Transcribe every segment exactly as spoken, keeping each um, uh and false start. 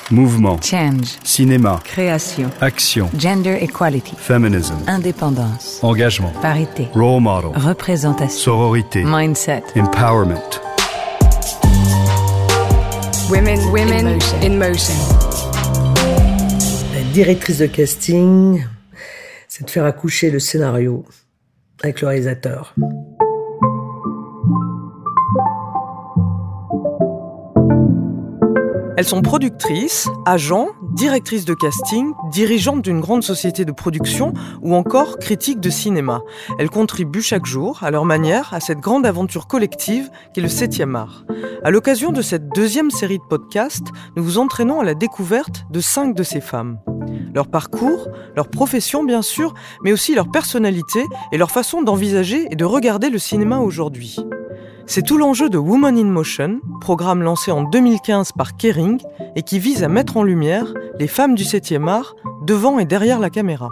Mouvement. Change. Cinéma. Création. Action. Gender equality. Feminism. Indépendance. Engagement. Parité. Role model. Représentation. Sororité. Mindset. Empowerment. Women, women in motion. in motion. La directrice de casting, c'est de faire accoucher le scénario avec le réalisateur. Elles sont productrices, agents, directrices de casting, dirigeantes d'une grande société de production ou encore critiques de cinéma. Elles contribuent chaque jour, à leur manière, à cette grande aventure collective qu'est le septième art. À l'occasion de cette deuxième série de podcasts, nous vous entraînons à la découverte de cinq de ces femmes. Leur parcours, leur profession bien sûr, mais aussi leur personnalité et leur façon d'envisager et de regarder le cinéma aujourd'hui. C'est tout l'enjeu de Women in Motion, programme lancé en deux mille quinze par Kering et qui vise à mettre en lumière les femmes du septième art devant et derrière la caméra.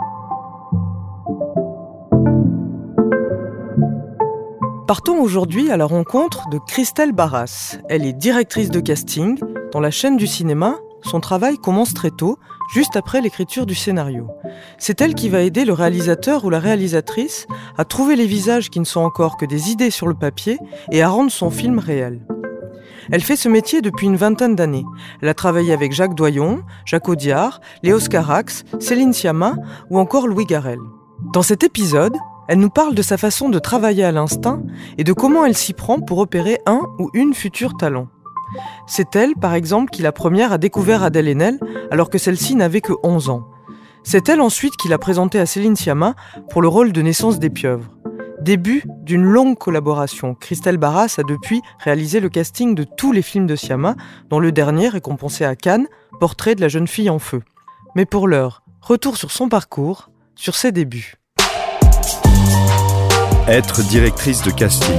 Partons aujourd'hui à la rencontre de Christelle Barras. Elle est directrice de casting. Dans la chaîne du cinéma, son travail commence très tôt, juste après l'écriture du scénario. C'est elle qui va aider le réalisateur ou la réalisatrice à trouver les visages qui ne sont encore que des idées sur le papier et à rendre son film réel. Elle fait ce métier depuis une vingtaine d'années. Elle a travaillé avec Jacques Doyon, Jacques Audiard, Léos Carax, Céline Sciamma ou encore Louis Garrel. Dans cet épisode, elle nous parle de sa façon de travailler à l'instinct et de comment elle s'y prend pour repérer un ou une futur talent. C'est elle, par exemple, qui la première a découvert Adèle Haenel alors que celle-ci n'avait que onze ans. C'est elle ensuite qui l'a présentée à Céline Sciamma pour le rôle de Naissance des pieuvres. Début d'une longue collaboration. Christelle Barras a depuis réalisé le casting de tous les films de Sciamma, dont le dernier, récompensé à Cannes, Portrait de la jeune fille en feu. Mais pour l'heure, retour sur son parcours, sur ses débuts. Être directrice de casting.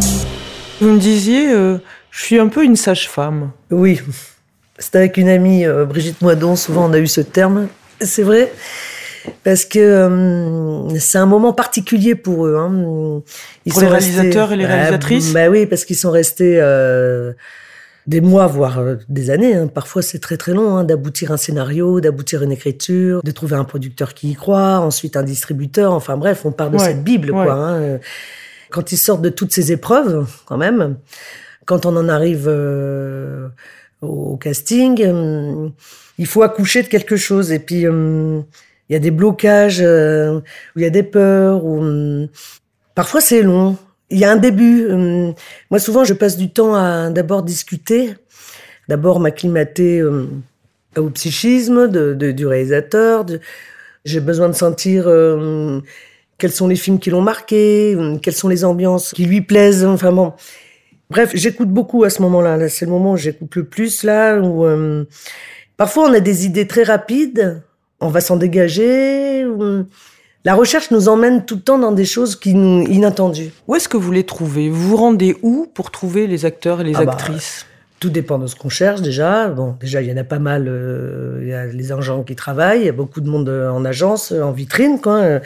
Vous me disiez, euh, je suis un peu une sage-femme. Oui, c'est avec une amie, euh, Brigitte Moidon, souvent on a eu ce terme. C'est vrai, parce que euh, c'est un moment particulier pour eux. Hein. Ils pour sont les réalisateurs restés, et les réalisatrices bah, bah oui, parce qu'ils sont restés euh, des mois, voire euh, des années. Hein. Parfois c'est très très long hein, d'aboutir un scénario, d'aboutir une écriture, de trouver un producteur qui y croit, ensuite un distributeur. Enfin bref, on part de ouais, cette Bible, ouais. quoi. Hein. Quand ils sortent de toutes ces épreuves, quand même, quand on en arrive euh, au casting, euh, il faut accoucher de quelque chose. Et puis, euh, il y a des blocages, euh, où il y a des peurs, où, euh, parfois c'est long. Il y a un début. Euh, moi, souvent, je passe du temps à d'abord discuter, d'abord m'acclimater euh, au psychisme de, de, du réalisateur. De, j'ai besoin de sentir... Euh, quels sont les films qui l'ont marqué, quelles sont les ambiances qui lui plaisent, enfin bon. Bref, j'écoute beaucoup à ce moment-là. Là, c'est le moment où j'écoute le plus, là, où euh, parfois on a des idées très rapides, on va s'en dégager. Où, la recherche nous emmène tout le temps dans des choses qui nous inattendues. Où est-ce que vous les trouvez ? Vous vous rendez où pour trouver les acteurs et les ah actrices ? bah, tout dépend de ce qu'on cherche, déjà. Bon, déjà, il y en a pas mal. Euh, il y a les agents qui travaillent, il y a beaucoup de monde en agence, en vitrine, quoi.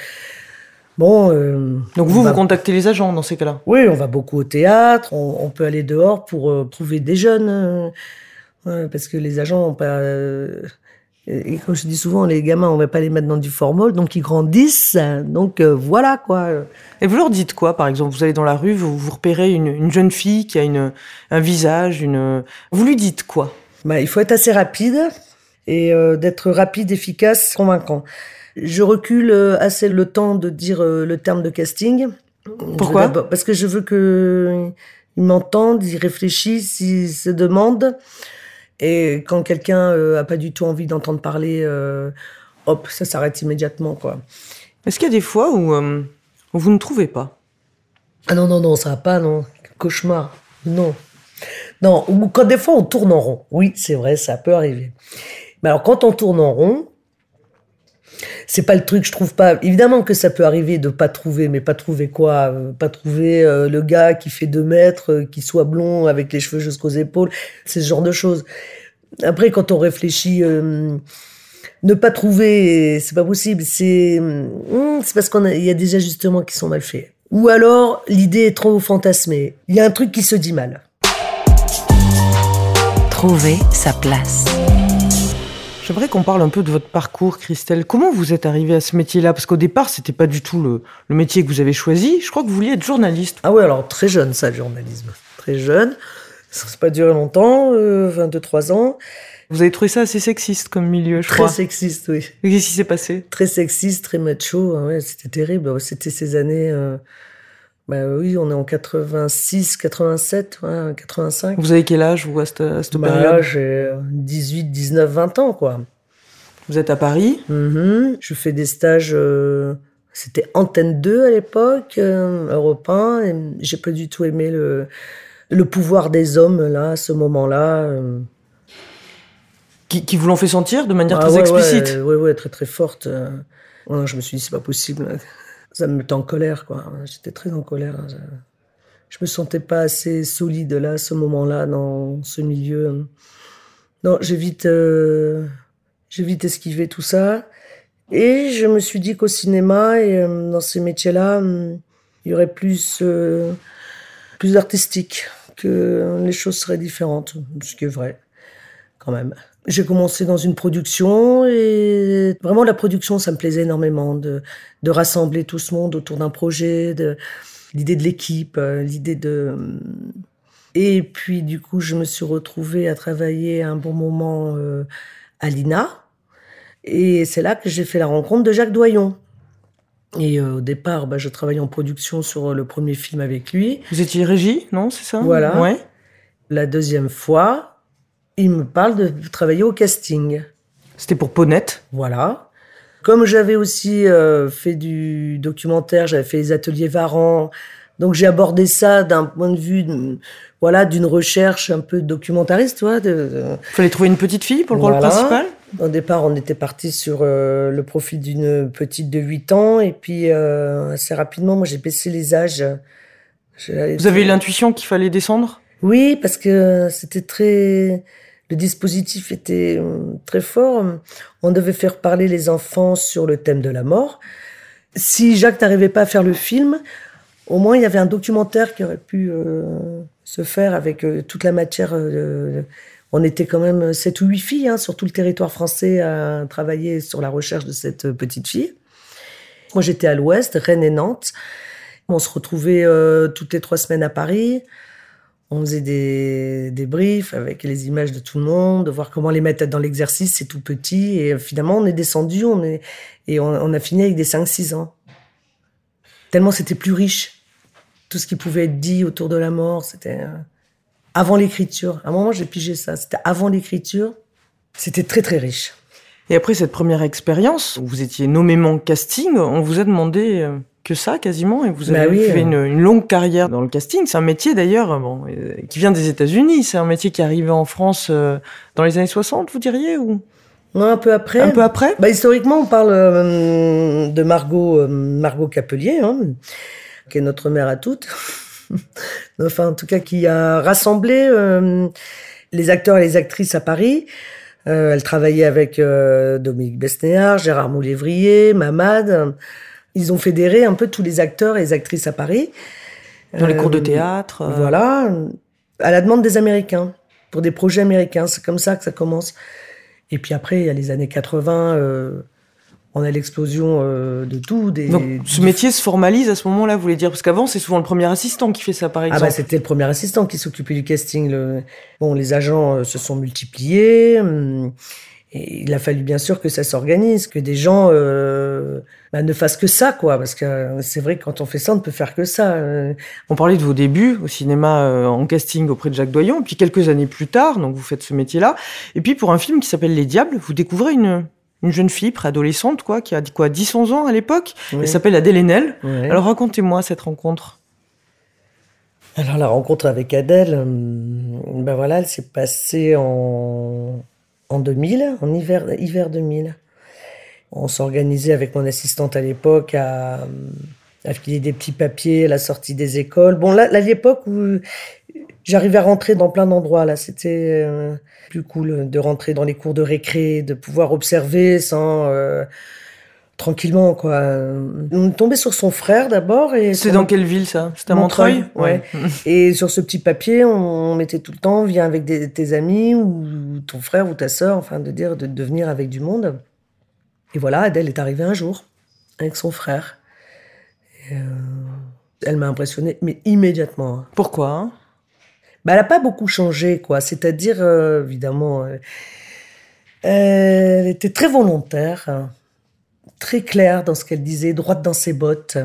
Bon, euh, donc vous, va... vous contactez les agents dans ces cas-là ? Oui, on va beaucoup au théâtre, on, on peut aller dehors pour euh, trouver des jeunes, euh, ouais, parce que les agents ont pas... Euh, et comme je dis souvent, les gamins, on va pas les mettre dans du formol, donc ils grandissent, donc euh, voilà, quoi. Et vous leur dites quoi, par exemple ? Vous allez dans la rue, vous, vous repérez une, une jeune fille qui a une, un visage, une... Vous lui dites quoi ? Bah, il faut être assez rapide, et euh, d'être rapide, efficace, convaincant. Je recule assez le temps de dire le terme de casting. Pourquoi ? Parce que je veux qu'ils m'entendent, ils réfléchissent, ils se demandent. Et quand quelqu'un n'a pas du tout envie d'entendre parler, euh, hop, ça s'arrête immédiatement, quoi. Est-ce qu'il y a des fois où, euh, où vous ne trouvez pas ? Ah non, non, non, ça va pas, non. Cauchemar, non. Non, ou quand des fois on tourne en rond. Oui, c'est vrai, ça peut arriver. Mais alors quand on tourne en rond, c'est pas le truc, je trouve pas. Évidemment que ça peut arriver de pas trouver, mais pas trouver quoi euh, Pas trouver euh, le gars qui fait deux mètres, euh, qui soit blond, avec les cheveux jusqu'aux épaules, c'est ce genre de choses. Après, quand on réfléchit, euh, ne pas trouver, c'est pas possible. C'est, hum, c'est parce qu'il y a des ajustements qui sont mal faits. Ou alors, l'idée est trop fantasmée. Il y a un truc qui se dit mal. Trouver sa place. J'aimerais qu'on parle un peu de votre parcours, Christelle. Comment vous êtes arrivée à ce métier-là? Parce qu'au départ, c'était pas du tout le, le métier que vous avez choisi. Je crois que vous vouliez être journaliste. Ah ouais, alors très jeune ça, le journalisme. Très jeune. Ça n'a pas duré longtemps, euh, vingt-deux trois ans. Vous avez trouvé ça assez sexiste comme milieu, je très crois. Très sexiste, oui. Qu'est-ce qui s'est passé? Très sexiste, très macho. Ouais, c'était terrible. C'était ces années... Euh... Bah oui, on est en quatre-vingt-six, quatre-vingt-sept, ouais, quatre-vingt-cinq. Vous avez quel âge, vous, à cette, à cette bah, période? J'ai dix-huit, dix-neuf, vingt ans, quoi. Vous êtes à Paris? Mm-hmm. Je fais des stages... Euh... C'était Antenne deux à l'époque, euh, Europe un. Et j'ai pas du tout aimé le, le pouvoir des hommes, là, à ce moment-là. Euh... Qui, qui vous l'ont fait sentir de manière ah, très ouais, explicite? Oui, ouais, ouais, très très forte. Ouais, je me suis dit, c'est pas possible. Ça me mettait en colère, quoi. J'étais très en colère. Je, je me sentais pas assez solide, là, à ce moment-là, dans ce milieu. Non, j'ai vite, euh, j'ai vite esquivé tout ça. Et je me suis dit qu'au cinéma et euh, dans ces métiers-là, euh, il y aurait plus, euh, plus artistique, que les choses seraient différentes, ce qui est vrai, quand même. J'ai commencé dans une production et vraiment la production, ça me plaisait énormément de, de rassembler tout ce monde autour d'un projet, de, l'idée de l'équipe, l'idée de... Et puis du coup, je me suis retrouvée à travailler un bon moment euh, à l'I N A et c'est là que j'ai fait la rencontre de Jacques Doyon. Et euh, au départ, bah, je travaillais en production sur le premier film avec lui. Vous étiez régie, non, c'est ça? Voilà. Ouais. La deuxième fois... Il me parle de travailler au casting. C'était pour Ponette. Voilà. Comme j'avais aussi euh, fait du documentaire, j'avais fait les ateliers Varan, donc j'ai abordé ça d'un point de vue, de, voilà, d'une recherche un peu documentariste, tu vois. De, de... Fallait trouver une petite fille pour le voilà. rôle principal. Au départ, on était parti sur euh, le profil d'une petite de huit ans, et puis euh, assez rapidement, moi j'ai baissé les âges. J'ai... Vous avez eu l'intuition qu'il fallait descendre? Oui, parce que c'était très... Le dispositif était très fort. On devait faire parler les enfants sur le thème de la mort. Si Jacques n'arrivait pas à faire le film, au moins il y avait un documentaire qui aurait pu euh, se faire avec euh, toute la matière. Euh, on était quand même sept ou huit filles hein, sur tout le territoire français à travailler sur la recherche de cette petite fille. Moi j'étais à l'ouest, Rennes et Nantes. On se retrouvait euh, toutes les trois semaines à Paris. On faisait des, des briefs avec les images de tout le monde, de voir comment les mettre dans l'exercice, c'est tout petit. Et finalement, on est descendu on est, et on, on a fini avec des cinq six ans. Tellement c'était plus riche. Tout ce qui pouvait être dit autour de la mort, c'était euh, avant l'écriture. À un moment, j'ai pigé ça. C'était avant l'écriture. C'était très, très riche. Et après cette première expérience, où vous étiez nommément casting, on vous a demandé... Euh... que ça, quasiment, et vous avez bah oui, fait euh... une, une longue carrière dans le casting. C'est un métier, d'ailleurs, bon, euh, qui vient des États-Unis. C'est un métier qui est arrivé en France euh, dans les années soixante, vous diriez, ou... Non, un peu après. Un peu après bah, historiquement, on parle euh, de Margot, euh, Margot Capelier, hein, qui est notre mère à toutes. Enfin, en tout cas, qui a rassemblé euh, les acteurs et les actrices à Paris. Euh, elle travaillait avec euh, Dominique Besnéard, Gérard Moulévrier, Mamad... Ils ont fédéré un peu tous les acteurs et les actrices à Paris. Dans euh, les cours de théâtre. Euh... Voilà, à la demande des Américains, pour des projets américains. C'est comme ça que ça commence. Et puis après, il y a les années quatre-vingts, euh, on a l'explosion euh, de tout. Des, Donc ce du... métier se formalise à ce moment-là, vous voulez dire? Parce qu'avant, c'est souvent le premier assistant qui fait ça, par exemple. Ah bah c'était le premier assistant qui s'occupait du casting. Le... Bon, les agents euh, se sont multipliés. Hum... Et il a fallu bien sûr que ça s'organise, que des gens euh, bah, ne fassent que ça, quoi. Parce que c'est vrai que quand on fait ça, on ne peut faire que ça. On parlait de vos débuts au cinéma euh, en casting auprès de Jacques Doyon, puis quelques années plus tard, donc vous faites ce métier-là. Et puis pour un film qui s'appelle Les Diables, vous découvrez une, une jeune fille préadolescente, quoi, qui a quoi, dix onze ans à l'époque. Oui. Elle s'appelle Adèle Haenel. Oui. Alors racontez-moi cette rencontre. Alors la rencontre avec Adèle, ben voilà, elle s'est passée en... En deux mille, en hiver, hiver deux mille. On s'organisait avec mon assistante à l'époque à, à filer des petits papiers à la sortie des écoles. Bon, là, là l'époque où j'arrivais à rentrer dans plein d'endroits, là, c'était euh, plus cool de rentrer dans les cours de récré, de pouvoir observer sans, euh, tranquillement, quoi. On est tombé sur son frère d'abord. Et c'est dans quelle ville, ça? C'était à Montreuil, Montreuil, ouais. ouais. Et sur ce petit papier, on mettait tout le temps, viens avec des, tes amis ou ton frère ou ta sœur, enfin, de dire de, de venir avec du monde. Et voilà, Adèle est arrivée un jour avec son frère. Et, euh, elle m'a impressionnée, mais immédiatement. Pourquoi hein bah, elle n'a pas beaucoup changé, quoi. C'est-à-dire, euh, évidemment, euh, elle était très volontaire, hein, très claire dans ce qu'elle disait, droite dans ses bottes.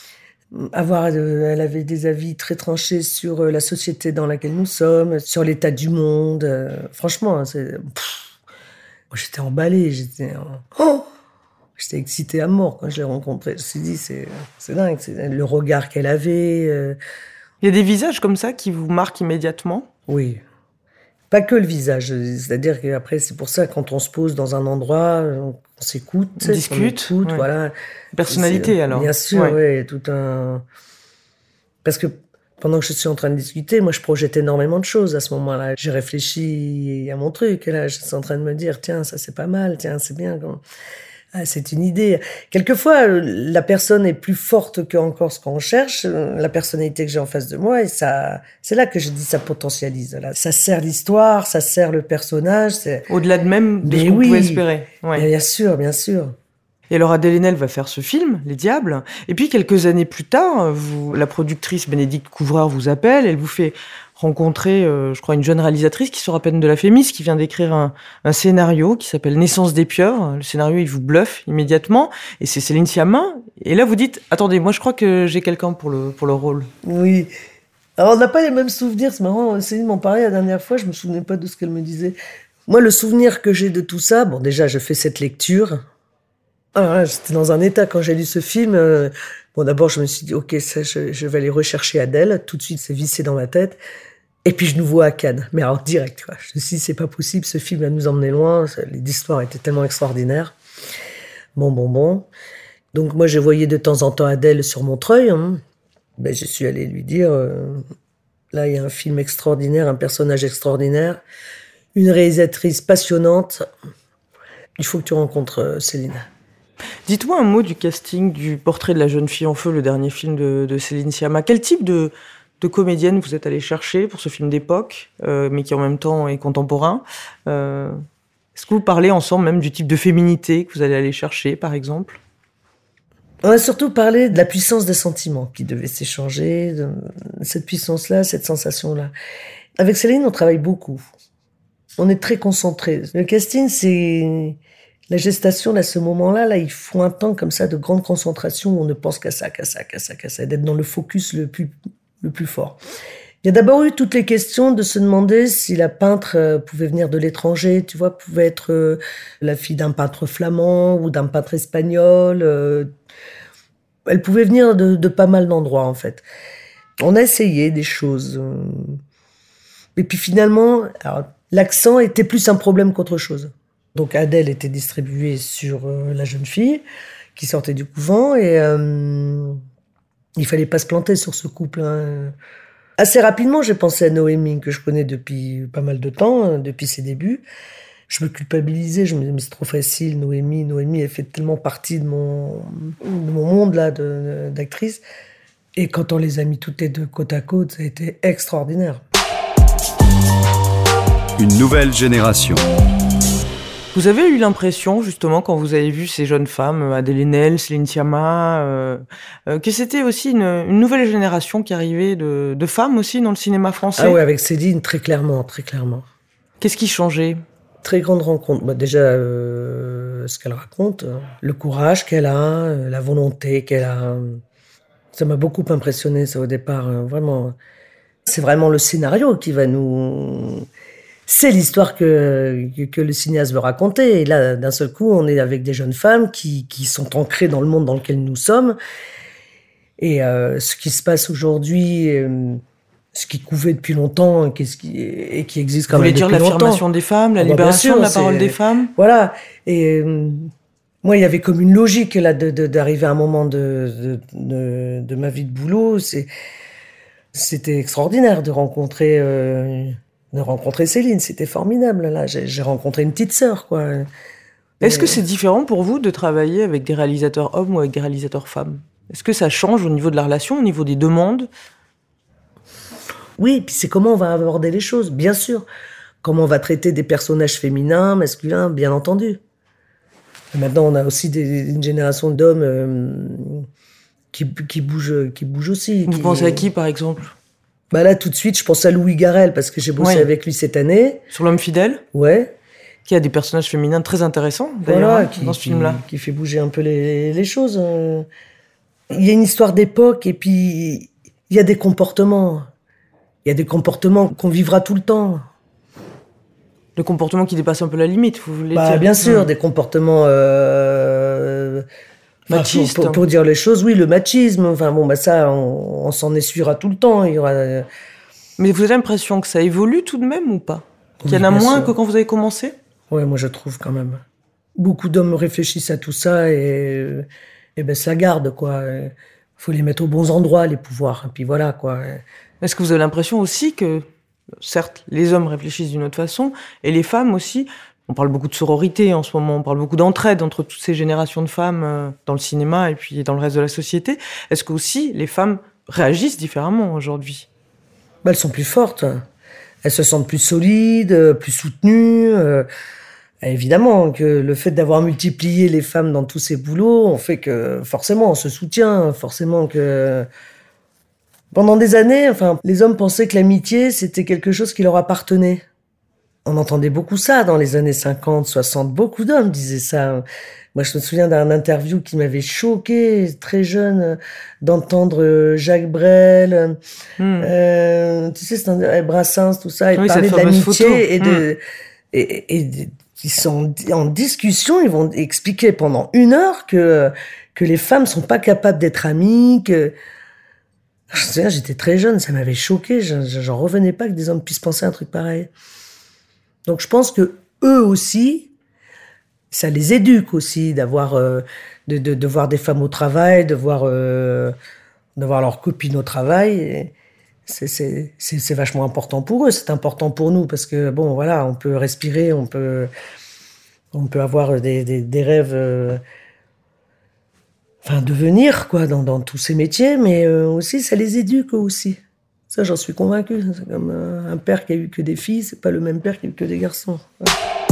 Avoir, euh, elle avait des avis très tranchés sur euh, la société dans laquelle nous sommes, sur l'état du monde. Euh, franchement, c'est, pff, moi, j'étais emballée, j'étais, oh, j'étais excitée à mort quand je l'ai rencontrée. Je me suis dit, c'est, c'est dingue, c'est le regard qu'elle avait. Euh, Il y a des visages comme ça qui vous marquent immédiatement? Oui. Pas que le visage. C'est-à-dire qu'après, c'est pour ça, quand on se pose dans un endroit, on s'écoute. On discute. On écoute, ouais. voilà. Personnalité, c'est, alors. Bien sûr, oui. Ouais, tout un... Parce que pendant que je suis en train de discuter, moi, je projette énormément de choses à ce moment-là. J'ai réfléchi à mon truc. Et là, je suis en train de me dire, tiens, ça, c'est pas mal. Tiens, c'est bien. Ah, c'est une idée. Quelquefois, la personne est plus forte que encore ce qu'on cherche, la personnalité que j'ai en face de moi, et ça, c'est là que je dis ça potentialise. Là. Ça sert l'histoire, ça sert le personnage. C'est... Au-delà de même de Mais ce qu'on oui. pouvait espérer. Ouais. Bien sûr, bien sûr. Et alors Adèle Haenel va faire ce film, Les Diables, et puis quelques années plus tard, vous, la productrice Bénédicte Couvreur vous appelle, elle vous fait rencontrer, euh, je crois, une jeune réalisatrice qui sort à peine de la Fémis, qui vient d'écrire un, un scénario qui s'appelle Naissance des pieuvres. Le scénario, il vous bluffe immédiatement, et c'est Céline Sciamma. Et là, vous dites, attendez, moi je crois que j'ai quelqu'un pour le, pour le rôle. Oui. Alors on n'a pas les mêmes souvenirs, c'est marrant, Céline m'en parlait la dernière fois, je me souvenais pas de ce qu'elle me disait. Moi, le souvenir que j'ai de tout ça, bon déjà, je fais cette lecture. Alors là, j'étais dans un état quand j'ai lu ce film. Euh, bon, d'abord, je me suis dit, ok, ça, je, je vais aller rechercher Adèle. Tout de suite, c'est vissé dans ma tête. Et puis, je nous vois à Cannes. Mais alors, direct, quoi. Je me suis dit, c'est pas possible, ce film va nous emmener loin. L'histoire était tellement extraordinaire. Bon, bon, bon. Donc, moi, je voyais de temps en temps Adèle sur Montreuil. Hein. Ben, je suis allée lui dire, euh, là, il y a un film extraordinaire, un personnage extraordinaire, une réalisatrice passionnante. Il faut que tu rencontres euh, Céline. Dites-moi un mot du casting du Portrait de la jeune fille en feu, le dernier film de, de Céline Sciamma. Quel type de, de comédienne vous êtes allé chercher pour ce film d'époque, euh, mais qui en même temps est contemporain euh, Est-ce que vous parlez ensemble même du type de féminité que vous allez aller chercher, par exemple? On a surtout parlé de la puissance des sentiments qui devaient s'échanger, de cette puissance-là, cette sensation-là. Avec Céline, on travaille beaucoup. On est très concentrés. Le casting, c'est... La gestation, à ce moment-là, là, il faut un temps comme ça de grande concentration où on ne pense qu'à ça, qu'à ça, qu'à ça, qu'à ça, d'être dans le focus le plus, le plus fort. Il y a d'abord eu toutes les questions de se demander si la peintre euh, pouvait venir de l'étranger, tu vois, pouvait être euh, la fille d'un peintre flamand ou d'un peintre espagnol. Euh, elle pouvait venir de, de pas mal d'endroits, en fait. On a essayé des choses. Euh, et puis finalement, alors, l'accent était plus un problème qu'autre chose. Donc Adèle était distribuée sur euh, la jeune fille qui sortait du couvent et euh, il fallait pas se planter sur ce couple. Hein. Assez rapidement, j'ai pensé à Noémie que je connais depuis pas mal de temps, hein, depuis ses débuts. Je me culpabilisais, je me disais mais c'est trop facile, Noémie. Noémie, elle fait tellement partie de mon, de mon monde là de, d'actrice. Et quand on les a mis toutes les deux côte à côte, ça a été extraordinaire. Une nouvelle génération. Vous avez eu l'impression, justement, quand vous avez vu ces jeunes femmes, Adèle Haenel, Céline Sciamma, euh, euh, que c'était aussi une, une nouvelle génération qui arrivait de, de femmes aussi dans le cinéma français? Ah oui, avec Céline, très clairement, très clairement. Qu'est-ce qui changeait? Très grande rencontre. Bah, déjà, euh, ce qu'elle raconte, le courage qu'elle a, la volonté qu'elle a. Ça m'a beaucoup impressionné, ça, au départ. Vraiment. C'est vraiment le scénario qui va nous... C'est l'histoire que, que, que le cinéaste veut raconter. Et là, d'un seul coup, on est avec des jeunes femmes qui, qui sont ancrées dans le monde dans lequel nous sommes. Et euh, ce qui se passe aujourd'hui, euh, ce qui couvait depuis longtemps, qu'est-ce qui, et qui existe quand Vous même depuis longtemps. Vous voulez dire l'affirmation des femmes, la ah bah libération sûr, de la parole c'est... des femmes? Voilà. Et euh, moi, il y avait comme une logique là de, de, d'arriver à un moment de, de, de, de ma vie de boulot. C'est, c'était extraordinaire de rencontrer... Euh, de rencontrer Céline, c'était formidable. Là, j'ai, j'ai rencontré une petite sœur, quoi. Est-ce que c'est différent pour vous de travailler avec des réalisateurs hommes ou avec des réalisateurs femmes ? Est-ce que ça change au niveau de la relation, au niveau des demandes ? Oui, puis c'est comment on va aborder les choses, bien sûr. Comment on va traiter des personnages féminins, masculins, bien entendu. Et maintenant, on a aussi des, une génération d'hommes euh, qui, qui, bougent, qui bougent aussi. Vous qui... pensez à qui, par exemple ? Bah là, tout de suite, je pense à Louis Garrel, parce que j'ai bossé oui. avec lui cette année. Sur L'homme fidèle ? Ouais. Qui a des personnages féminins très intéressants, d'ailleurs, voilà, qui, dans ce qui, film-là. Qui fait bouger un peu les, les choses. Il y a une histoire d'époque, et puis il y a des comportements. Il y a des comportements qu'on vivra tout le temps. Le comportement qui dépasse un peu la limite, vous voulez bah, dire ? Bien sûr, mmh. des comportements... Euh, machistes. Pour, pour, pour dire les choses, oui, le machisme. Enfin bon, bah ça, on, on s'en essuiera tout le temps. Il y aura... Mais vous avez l'impression que ça évolue tout de même ou pas ? Qu'il y en a moins sûr. que quand vous avez commencé ? Ouais, moi je trouve quand même. Beaucoup d'hommes réfléchissent à tout ça et, et ben ça garde, quoi. Il faut les mettre aux bons endroits, les pouvoirs. Et puis voilà, quoi. Est-ce que vous avez l'impression aussi que, certes, les hommes réfléchissent d'une autre façon, et les femmes aussi, on parle beaucoup de sororité en ce moment, on parle beaucoup d'entraide entre toutes ces générations de femmes dans le cinéma et puis dans le reste de la société. Est-ce que aussi les femmes réagissent différemment aujourd'hui ? Ben, elles sont plus fortes. Elles se sentent plus solides, plus soutenues. Euh, évidemment que le fait d'avoir multiplié les femmes dans tous ces boulots, on fait que forcément on se soutient, forcément que... Pendant des années, enfin, les hommes pensaient que l'amitié, c'était quelque chose qui leur appartenait. On entendait beaucoup ça dans les années cinquante, soixante. Beaucoup d'hommes disaient ça. Moi, je me souviens d'un interview qui m'avait choqué, très jeune, d'entendre Jacques Brel, mmh. euh, tu sais, c'est un, Brassens, tout ça, et oui, parler de l'amitié et de, mmh. et, et, et ils sont en discussion, ils vont expliquer pendant une heure que que les femmes sont pas capables d'être amies, que je me souviens, j'étais très jeune, ça m'avait choqué, j'en revenais pas que des hommes puissent penser un truc pareil. Donc je pense que eux aussi, ça les éduque aussi d'avoir, euh, de, de, de voir des femmes au travail, de voir, euh, de voir leurs copines au travail. Et c'est, c'est, c'est, c'est vachement important pour eux, c'est important pour nous parce que bon, voilà, on peut respirer, on peut, on peut avoir des, des, des rêves. Euh, Enfin, devenir, quoi, dans, dans tous ces métiers, mais euh, aussi, ça les éduque aussi. Ça, j'en suis convaincue. C'est comme euh, un père qui a eu que des filles, c'est pas le même père qui a eu que des garçons. Ouais.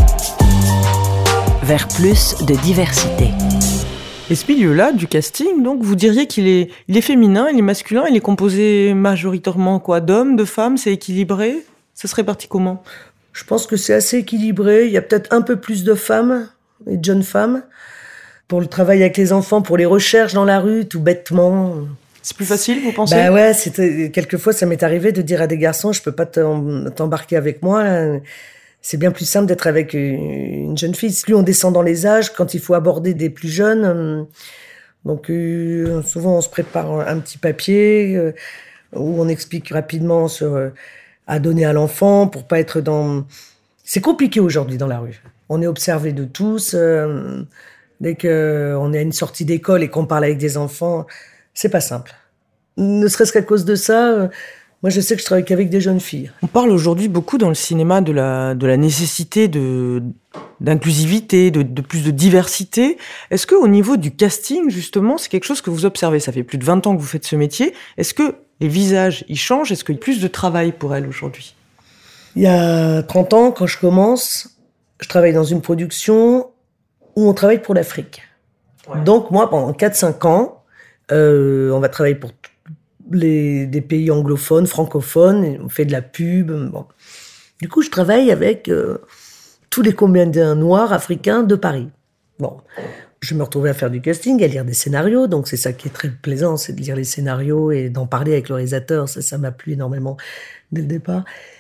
Vers plus de diversité. Et ce milieu-là, du casting, donc, vous diriez qu'il est, il est féminin, il est masculin, il est composé majoritairement, quoi, d'hommes, de femmes, c'est équilibré ? Ça se répartit comment ? Je pense que c'est assez équilibré. Il y a peut-être un peu plus de femmes, et de jeunes femmes. Pour le travail avec les enfants, pour les recherches dans la rue, tout bêtement. C'est plus facile, vous pensez ? Bah ouais, c'était, quelquefois, ça m'est arrivé de dire à des garçons, je peux pas t'embarquer avec moi, là. C'est bien plus simple d'être avec une jeune fille. Plus on descend dans les âges, quand il faut aborder des plus jeunes, donc euh, souvent on se prépare un petit papier euh, où on explique rapidement sur, euh, à donner à l'enfant pour pas être dans... C'est compliqué aujourd'hui dans la rue. On est observé de tous... Euh, Dès qu'on est à une sortie d'école et qu'on parle avec des enfants, c'est pas simple. Ne serait-ce qu'à cause de ça, moi je sais que je travaille qu'avec des jeunes filles. On parle aujourd'hui beaucoup dans le cinéma de la, de la nécessité de, d'inclusivité, de, de plus de diversité. Est-ce qu'au niveau du casting, justement, c'est quelque chose que vous observez ? Ça fait plus de vingt ans que vous faites ce métier. Est-ce que les visages, ils changent ? Est-ce qu'il y a plus de travail pour elles aujourd'hui ? Il y a trente ans, quand je commence, je travaille dans une production où on travaille pour l'Afrique. Ouais. Donc moi, pendant quatre cinq ans, euh, on va travailler pour les, des pays anglophones, francophones, et on fait de la pub. Bon. Du coup, je travaille avec euh, tous les comédiens noirs africains de Paris. Bon, je me retrouvais à faire du casting, à lire des scénarios, donc c'est ça qui est très plaisant, c'est de lire les scénarios et d'en parler avec le réalisateur, ça, ça m'a plu énormément dès le départ.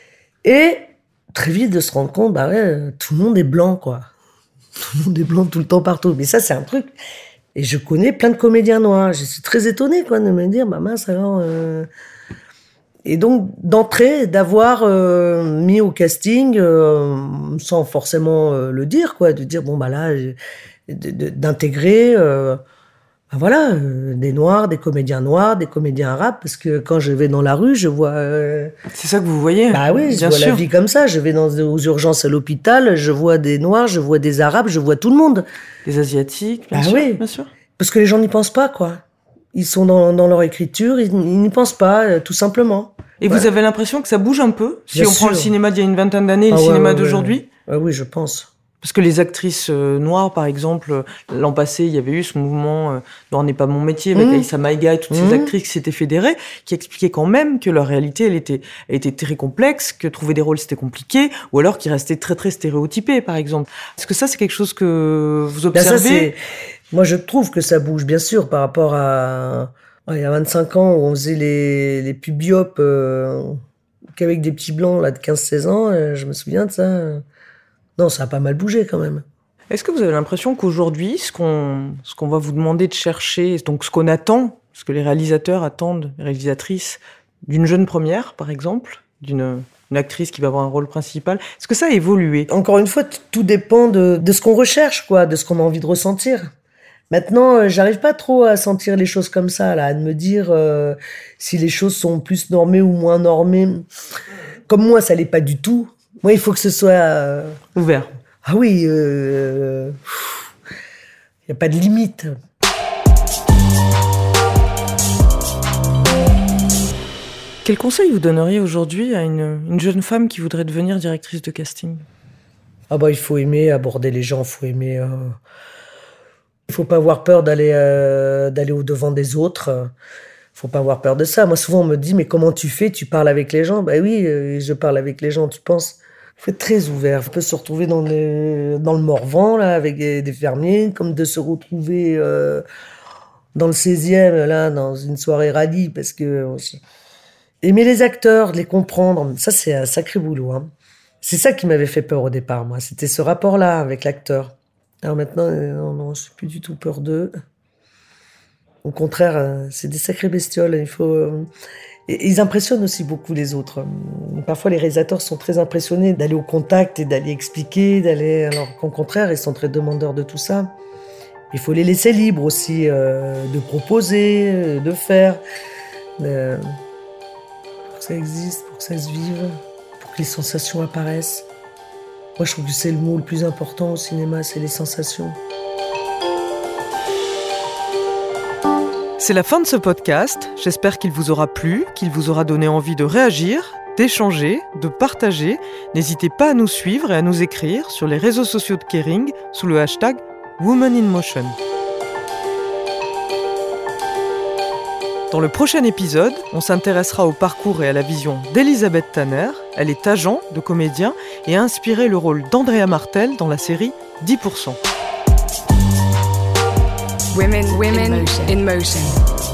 Et très vite de se rendre compte, bah ouais, tout le monde est blanc, quoi. Tout le monde est blanc tout le temps partout. Mais ça, c'est un truc. Et je connais plein de comédiens noirs. Je suis très étonnée, quoi, de me dire, bah mince, alors... Euh... Et donc, d'entrer, d'avoir euh, mis au casting, euh, sans forcément euh, le dire, quoi, de dire, bon, bah là, de, de, d'intégrer euh, Ben voilà, euh, des noirs, des comédiens noirs, des comédiens arabes, parce que quand je vais dans la rue, je vois... Euh... C'est ça que vous voyez? Bah oui, je bien vois sûr. la vie comme ça. Je vais dans, aux urgences à l'hôpital, je vois des noirs, je vois des arabes, je vois tout le monde. Des asiatiques, bien Bah sûr, oui. bien sûr. Parce que les gens n'y pensent pas, quoi. Ils sont dans, dans leur écriture, ils, ils n'y pensent pas, euh, tout simplement. Et Ouais. vous avez l'impression que ça bouge un peu? Si Bien on prend sûr. le cinéma d'il y a une vingtaine d'années et Ah le ouais, cinéma ouais, d'aujourd'hui? ouais. Ah oui, je pense. Parce que les actrices euh, noires, par exemple, l'an passé, il y avait eu ce mouvement euh, « Noir n'est pas mon métier » avec Mmh. Aïssa Maïga et toutes Mmh. ces actrices qui s'étaient fédérées, qui expliquaient quand même que leur réalité, elle était, elle était très complexe, que trouver des rôles, c'était compliqué, ou alors qu'ils restaient très, très stéréotypés, par exemple. Est-ce que ça, c'est quelque chose que vous Ben observez? ça, c'est... Moi, je trouve que ça bouge, bien sûr, par rapport à... Ouais, il y a vingt-cinq ans, où on faisait les, les pubiops euh, qu'avec des petits blancs là, de quinze seize ans, euh, je me souviens de ça. Non, ça a pas mal bougé, quand même. Est-ce que vous avez l'impression qu'aujourd'hui, ce qu'on, ce qu'on va vous demander de chercher, donc ce qu'on attend, ce que les réalisateurs attendent, les réalisatrices, d'une jeune première, par exemple, d'une une actrice qui va avoir un rôle principal, est-ce que ça a évolué? Encore une fois, t- tout dépend de, de ce qu'on recherche, quoi, de ce qu'on a envie de ressentir. Maintenant, euh, j'arrive pas trop à sentir les choses comme ça, là, à me dire euh, si les choses sont plus normées ou moins normées. Comme moi, ça l'est pas du tout. Moi, il faut que ce soit... euh, Ouvert. Ah oui, il euh, n'y a pas de limite. Quel conseil vous donneriez aujourd'hui à une, une jeune femme qui voudrait devenir directrice de casting? Ah bah, il faut aimer aborder les gens, il faut aimer... Euh... Il faut pas avoir peur d'aller euh, d'aller au-devant des autres. Il faut pas avoir peur de ça. Moi, souvent, on me dit, mais comment tu fais? Tu parles avec les gens? Bah oui, euh, je parle avec les gens, tu penses? Il faut être très ouvert. On peut se retrouver dans le, dans le Morvan, là, avec des, des fermiers, comme de se retrouver euh, dans le seizième, là, dans une soirée rallye, parce que... Aimer les acteurs, les comprendre, ça, c'est un sacré boulot. Hein. C'est ça qui m'avait fait peur au départ, moi. C'était ce rapport-là avec l'acteur. Alors maintenant, euh, non, non, je n'ai plus du tout peur d'eux. Au contraire, euh, c'est des sacrées bestioles. Il faut... Euh... Et ils impressionnent aussi beaucoup les autres. Parfois, les réalisateurs sont très impressionnés d'aller au contact et d'aller expliquer, d'aller... alors qu'au contraire, ils sont très demandeurs de tout ça. Il faut les laisser libres aussi, euh, de proposer, de faire, de... pour que ça existe, pour que ça se vive, pour que les sensations apparaissent. Moi, je trouve que c'est le mot le plus important au cinéma, c'est les sensations. C'est la fin de ce podcast. J'espère qu'il vous aura plu, qu'il vous aura donné envie de réagir, d'échanger, de partager. N'hésitez pas à nous suivre et à nous écrire sur les réseaux sociaux de Kering sous le hashtag Women in Motion. Dans le prochain épisode, on s'intéressera au parcours et à la vision d'Elisabeth Tanner. Elle est agent de comédien et a inspiré le rôle d'Andrea Martel dans la série dix pour cent. Women, women in motion. In motion.